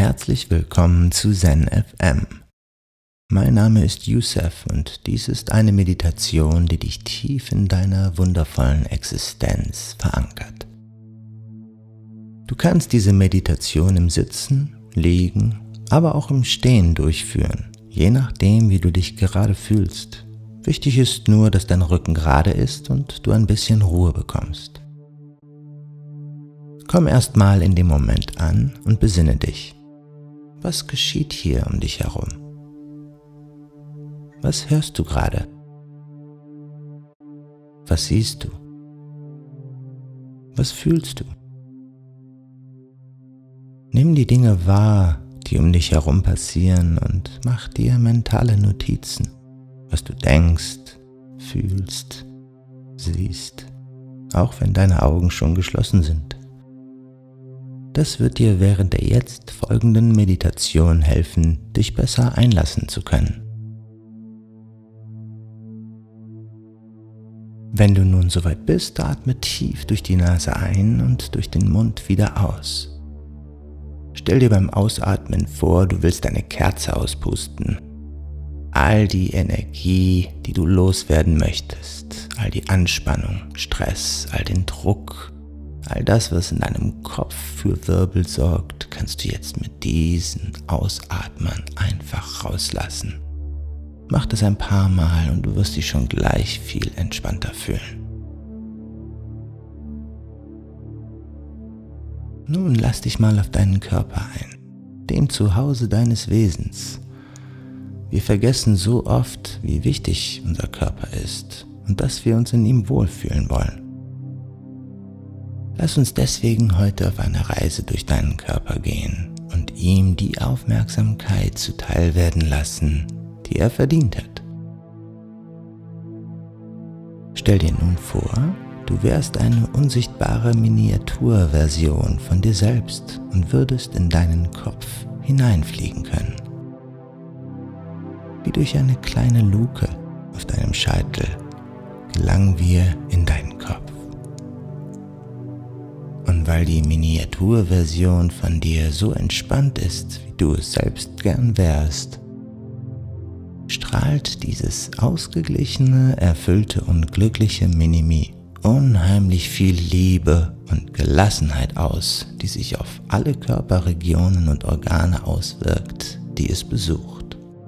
Herzlich willkommen zu Zen FM. Mein Name ist Youssef und dies ist eine Meditation, die dich tief in deiner wundervollen Existenz verankert. Du kannst diese Meditation im Sitzen, Liegen, aber auch im Stehen durchführen, je nachdem, wie du dich gerade fühlst. Wichtig ist nur, dass dein Rücken gerade ist und du ein bisschen Ruhe bekommst. Komm erstmal in dem Moment an und besinne dich. Was geschieht hier um dich herum? Was hörst du gerade? Was siehst du? Was fühlst du? Nimm die Dinge wahr, die um dich herum passieren und mach dir mentale Notizen, was du denkst, fühlst, siehst, auch wenn deine Augen schon geschlossen sind. Das wird dir während der jetzt folgenden Meditation helfen, dich besser einlassen zu können. Wenn du nun soweit bist, atme tief durch die Nase ein und durch den Mund wieder aus. Stell dir beim Ausatmen vor, du willst eine Kerze auspusten. All die Energie, die du loswerden möchtest, all die Anspannung, Stress, all den Druck, all das, was in deinem Kopf für Wirbel sorgt, kannst du jetzt mit diesen Ausatmern einfach rauslassen. Mach das ein paar Mal und du wirst dich schon gleich viel entspannter fühlen. Nun lass dich mal auf deinen Körper ein, dem Zuhause deines Wesens. Wir vergessen so oft, wie wichtig unser Körper ist und dass wir uns in ihm wohlfühlen wollen. Lass uns deswegen heute auf eine Reise durch deinen Körper gehen und ihm die Aufmerksamkeit zuteil werden lassen, die er verdient hat. Stell dir nun vor, du wärst eine unsichtbare Miniaturversion von dir selbst und würdest in deinen Kopf hineinfliegen können. Wie durch eine kleine Luke auf deinem Scheitel gelangen wir in deinen Kopf. Und weil die Miniaturversion von dir so entspannt ist, wie du es selbst gern wärst, strahlt dieses ausgeglichene, erfüllte und glückliche Minimi unheimlich viel Liebe und Gelassenheit aus, die sich auf alle Körperregionen und Organe auswirkt, die es besucht.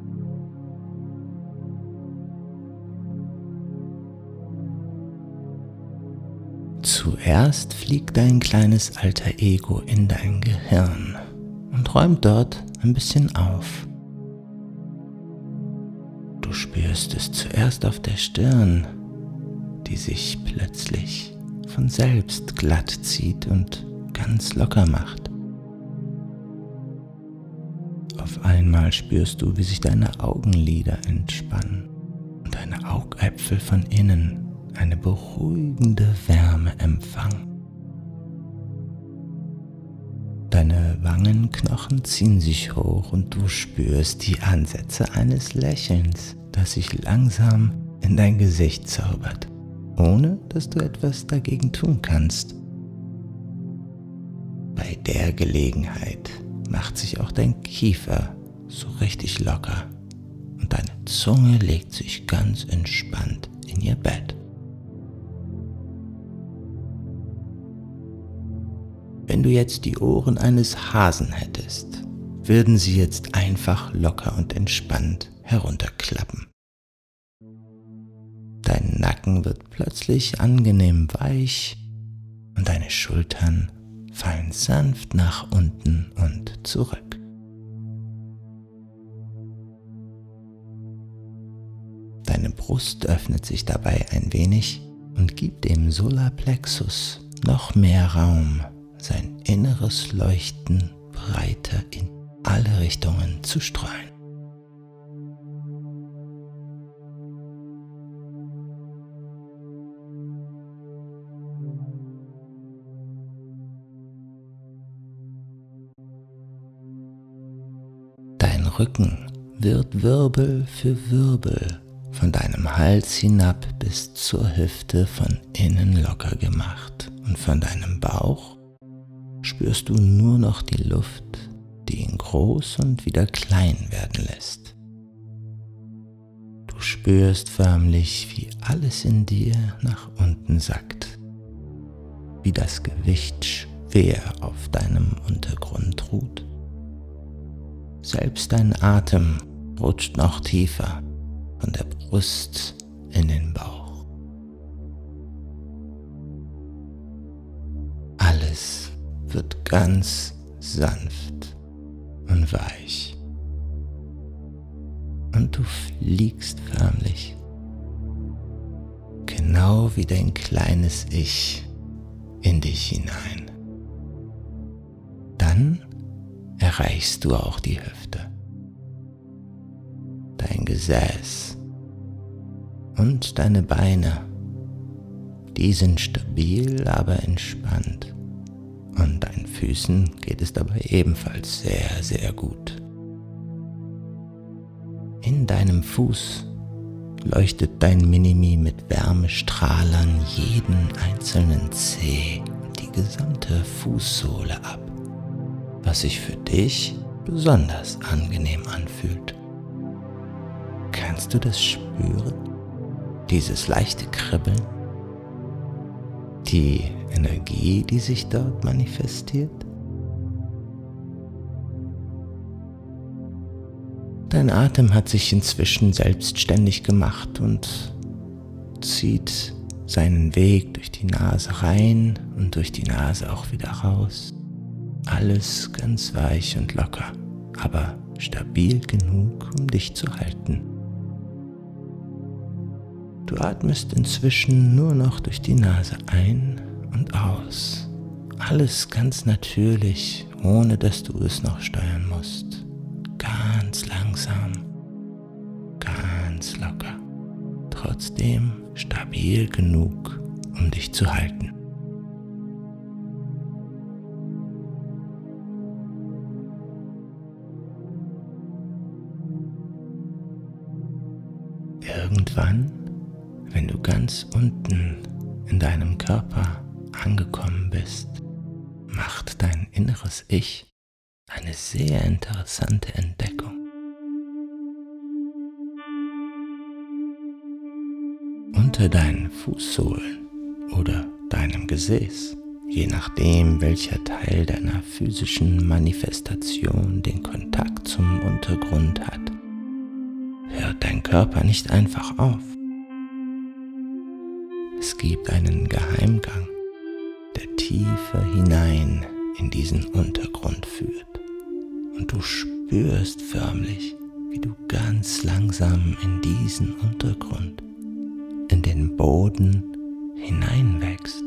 Zuerst fliegt dein kleines alter Ego in dein Gehirn und räumt dort ein bisschen auf. Du spürst es zuerst auf der Stirn, die sich plötzlich von selbst glatt zieht und ganz locker macht. Auf einmal spürst du, wie sich deine Augenlider entspannen und deine Augäpfel von innen eine beruhigende Wärme empfangen. Deine Wangenknochen ziehen sich hoch und du spürst die Ansätze eines Lächelns, das sich langsam in dein Gesicht zaubert, ohne dass du etwas dagegen tun kannst. Bei der Gelegenheit macht sich auch dein Kiefer so richtig locker und deine Zunge legt sich ganz entspannt in ihr Bett. Wenn du jetzt die Ohren eines Hasen hättest, würden sie jetzt einfach locker und entspannt herunterklappen. Dein Nacken wird plötzlich angenehm weich und deine Schultern fallen sanft nach unten und zurück. Deine Brust öffnet sich dabei ein wenig und gibt dem Solarplexus noch mehr Raum, sein inneres Leuchten breiter in alle Richtungen zu streuen. Dein Rücken wird Wirbel für Wirbel von deinem Hals hinab bis zur Hüfte von innen locker gemacht und von deinem Bauch spürst du nur noch die Luft, die ihn groß und wieder klein werden lässt. Du spürst förmlich, wie alles in dir nach unten sackt, wie das Gewicht schwer auf deinem Untergrund ruht. Selbst dein Atem rutscht noch tiefer von der Brust in den Bauch. Alles wird ganz sanft und weich. Und du fliegst förmlich, genau wie dein kleines Ich, in dich hinein. Dann erreichst du auch die Hüfte, dein Gesäß und deine Beine. Die sind stabil, aber entspannt. Und deinen Füßen geht es dabei ebenfalls sehr, sehr gut. In deinem Fuß leuchtet dein Minimi mit Wärmestrahlern jeden einzelnen Zeh und die gesamte Fußsohle ab, was sich für dich besonders angenehm anfühlt. Kannst du das spüren? Dieses leichte Kribbeln? Die Energie, die sich dort manifestiert? Dein Atem hat sich inzwischen selbstständig gemacht und zieht seinen Weg durch die Nase rein und durch die Nase auch wieder raus. Alles ganz weich und locker, aber stabil genug, um dich zu halten. Du atmest inzwischen nur noch durch die Nase ein und aus. Alles ganz natürlich, ohne dass du es noch steuern musst. Ganz langsam, ganz locker. Trotzdem stabil genug, um dich zu halten. Irgendwann, wenn du ganz unten in deinem Körper angekommen bist, macht dein inneres Ich eine sehr interessante Entdeckung. Unter deinen Fußsohlen oder deinem Gesäß, je nachdem welcher Teil deiner physischen Manifestation den Kontakt zum Untergrund hat, hört dein Körper nicht einfach auf. Es gibt einen Geheimgang, der tiefer hinein in diesen Untergrund führt. Und du spürst förmlich, wie du ganz langsam in diesen Untergrund, in den Boden hineinwächst.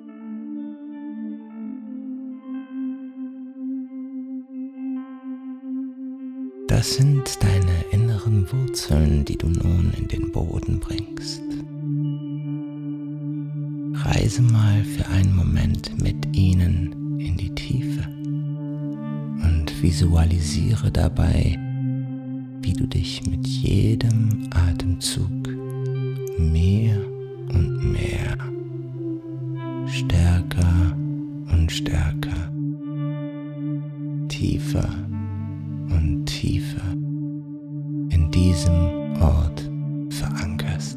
Das sind deine inneren Wurzeln, die du nun in den Boden bringst. Reise mal für einen Moment mit ihnen in die Tiefe und visualisiere dabei, wie du dich mit jedem Atemzug mehr und mehr, stärker und stärker, tiefer und tiefer in diesem Ort verankerst.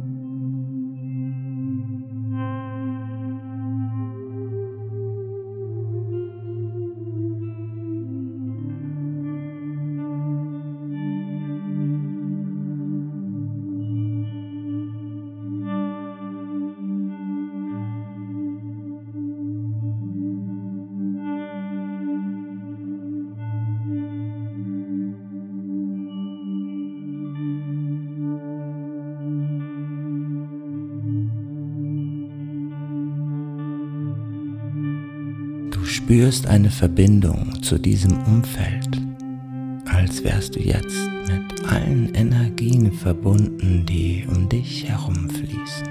Du spürst eine Verbindung zu diesem Umfeld, als wärst du jetzt mit allen Energien verbunden, die um dich herumfließen.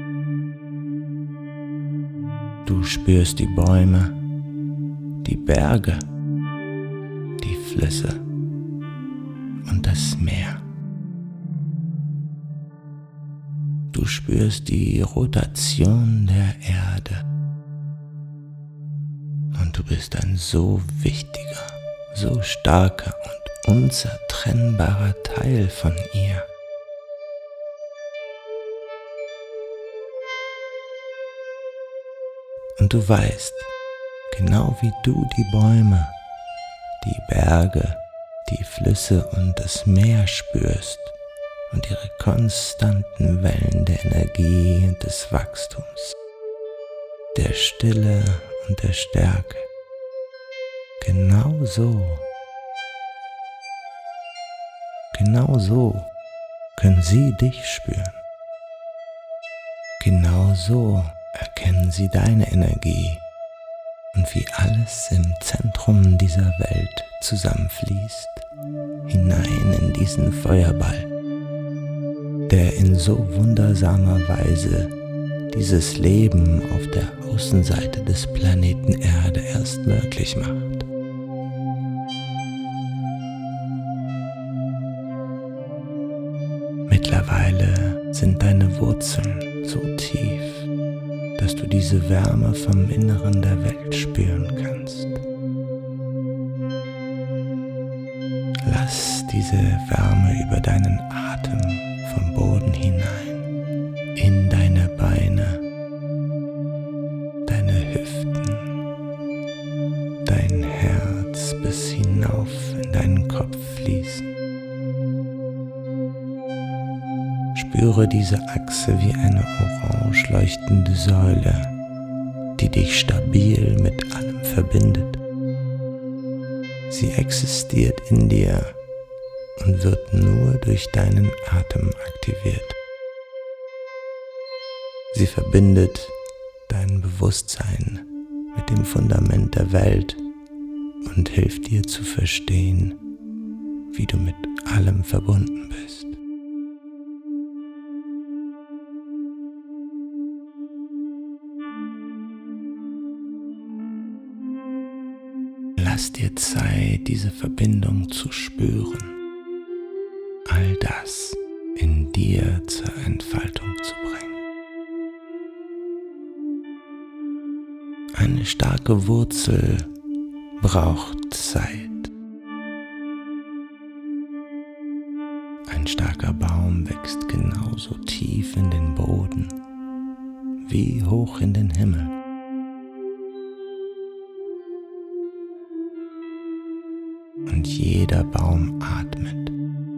Du spürst die Bäume, die Berge, die Flüsse und das Meer. Du spürst die Rotation der Erde. Und du bist ein so wichtiger, so starker und unzertrennbarer Teil von ihr. Und du weißt, genau wie du die Bäume, die Berge, die Flüsse und das Meer spürst und ihre konstanten Wellen der Energie und des Wachstums, der Stille und der Stärke, genau so können sie dich spüren. Genau so erkennen sie deine Energie und wie alles im Zentrum dieser Welt zusammenfließt, hinein in diesen Feuerball, der in so wundersamer Weise dieses Leben auf der Außenseite des Planeten Erde erst möglich macht. Mittlerweile sind deine Wurzeln so tief, dass du diese Wärme vom Inneren der Welt spüren kannst. Lass diese Wärme über deinen Atem vom Boden hinein, in deine Beine, deine Hüften, dein Herz bis hinauf in deinen Kopf fließen. Spüre diese Achse wie eine orange leuchtende Säule, die dich stabil mit allem verbindet. Sie existiert in dir und wird nur durch deinen Atem aktiviert. Sie verbindet dein Bewusstsein mit dem Fundament der Welt und hilft dir zu verstehen, wie du mit allem verbunden bist. Lass dir Zeit, diese Verbindung zu spüren, all das in dir zur Entfaltung zu bringen. Eine starke Wurzel braucht Zeit. Ein starker Baum wächst genauso tief in den Boden wie hoch in den Himmel. Und jeder Baum atmet.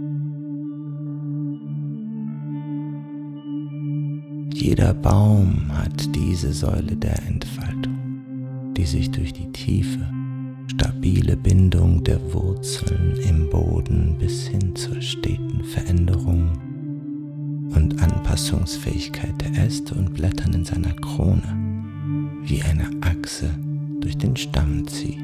Jeder Baum hat diese Säule der Entfaltung, die sich durch die tiefe, stabile Bindung der Wurzeln im Boden bis hin zur steten Veränderung und Anpassungsfähigkeit der Äste und Blättern in seiner Krone wie eine Achse durch den Stamm zieht.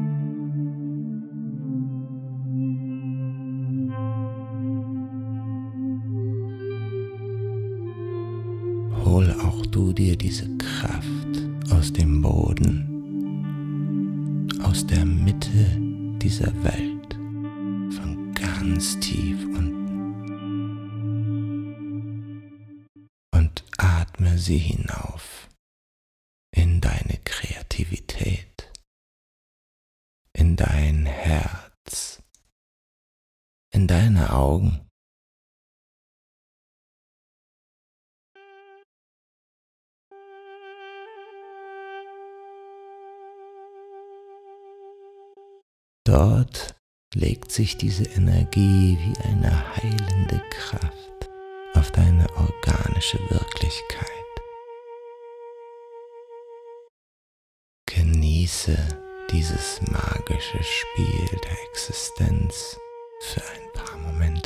Hol auch du dir diese Kraft aus dem Boden, aus der Mitte dieser Welt, von ganz tief unten, und atme sie hinauf in deine Kreativität, in dein Herz, in deine Augen. Dort legt sich diese Energie wie eine heilende Kraft auf deine organische Wirklichkeit. Genieße dieses magische Spiel der Existenz für ein paar Momente.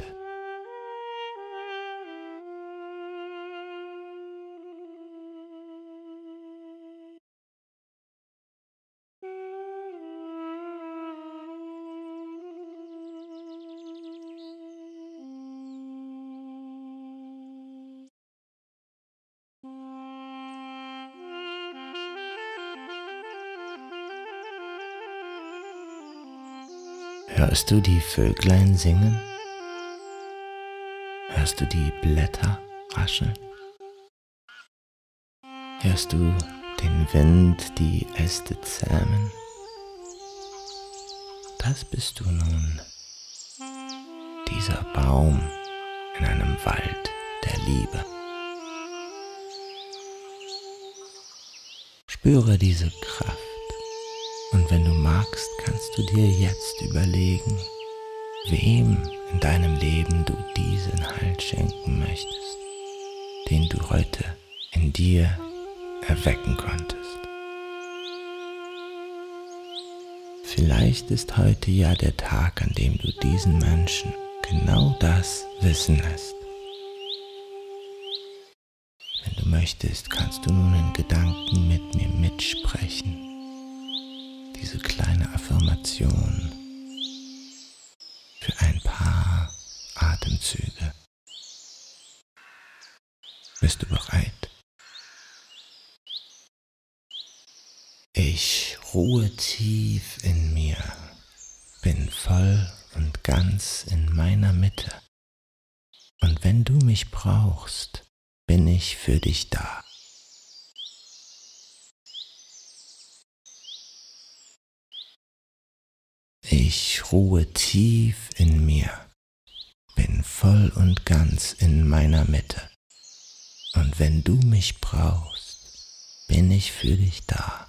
Hörst du die Vöglein singen? Hörst du die Blätter rascheln? Hörst du den Wind die Äste zähmen? das bist du nun. Dieser Baum in einem Wald der Liebe. Spüre diese Kraft und wenn du magst, kannst du dir jetzt überlegen, wem in deinem Leben du diesen Halt schenken möchtest, den du heute in dir erwecken konntest. Vielleicht ist heute ja der Tag, an dem du diesen Menschen genau das wissen lässt. Wenn du möchtest, kannst du nun in Gedanken mit mir mitsprechen. Diese kleine Affirmation für ein paar Atemzüge. Bist du bereit? Ich ruhe tief in mir, bin voll und ganz in meiner Mitte. Und wenn du mich brauchst, bin ich für dich da. Ich ruhe tief in mir, bin voll und ganz in meiner Mitte. Und wenn du mich brauchst, bin ich für dich da.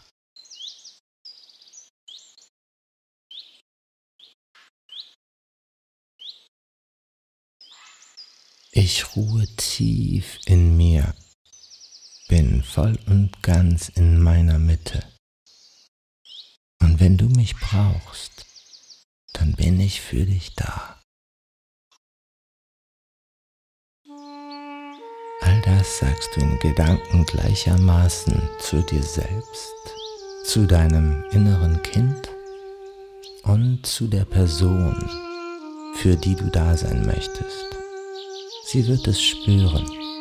Ich ruhe tief in mir, bin voll und ganz in meiner Mitte. Und wenn du mich brauchst, dann bin ich für dich da. All das sagst du in Gedanken gleichermaßen zu dir selbst, zu deinem inneren Kind und zu der Person, für die du da sein möchtest. Sie wird es spüren.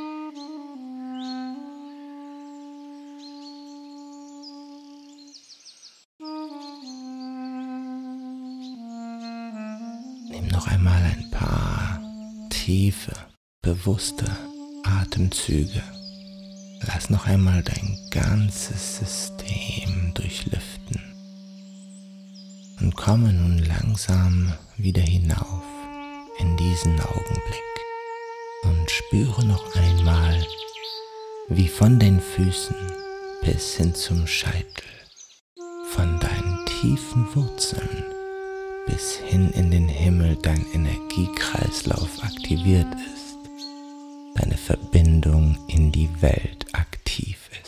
Nimm noch einmal ein paar tiefe, bewusste Atemzüge. Lass noch einmal dein ganzes System durchlüften und komme nun langsam wieder hinauf in diesen Augenblick. Und spüre noch einmal, wie von den Füßen bis hin zum Scheitel, von deinen tiefen Wurzeln bis hin in den Himmel dein Energiekreislauf aktiviert ist, deine Verbindung in die Welt aktiv ist.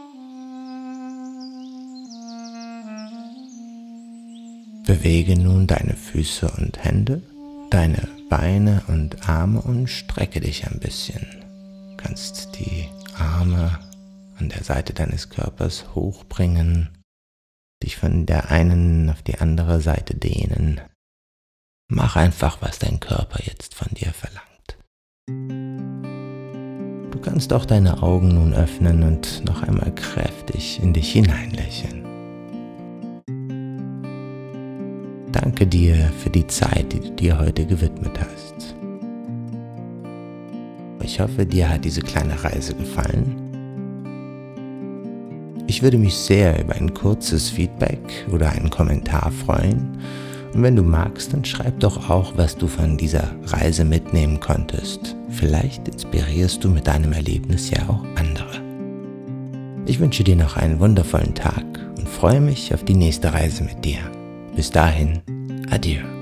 Bewege nun deine Füße und Hände, deine Beine und Arme und strecke dich ein bisschen. Du kannst die Arme an der Seite deines Körpers hochbringen, dich von der einen auf die andere Seite dehnen. Mach einfach, was dein Körper jetzt von dir verlangt. Du kannst auch deine Augen nun öffnen und noch einmal kräftig in dich hineinlächeln. Danke dir für die Zeit, die du dir heute gewidmet hast. Ich hoffe, dir hat diese kleine Reise gefallen. Ich würde mich sehr über ein kurzes Feedback oder einen Kommentar freuen. Und wenn du magst, dann schreib doch auch, was du von dieser Reise mitnehmen konntest. Vielleicht inspirierst du mit deinem Erlebnis ja auch andere. Ich wünsche dir noch einen wundervollen Tag und freue mich auf die nächste Reise mit dir. Bis dahin, adieu.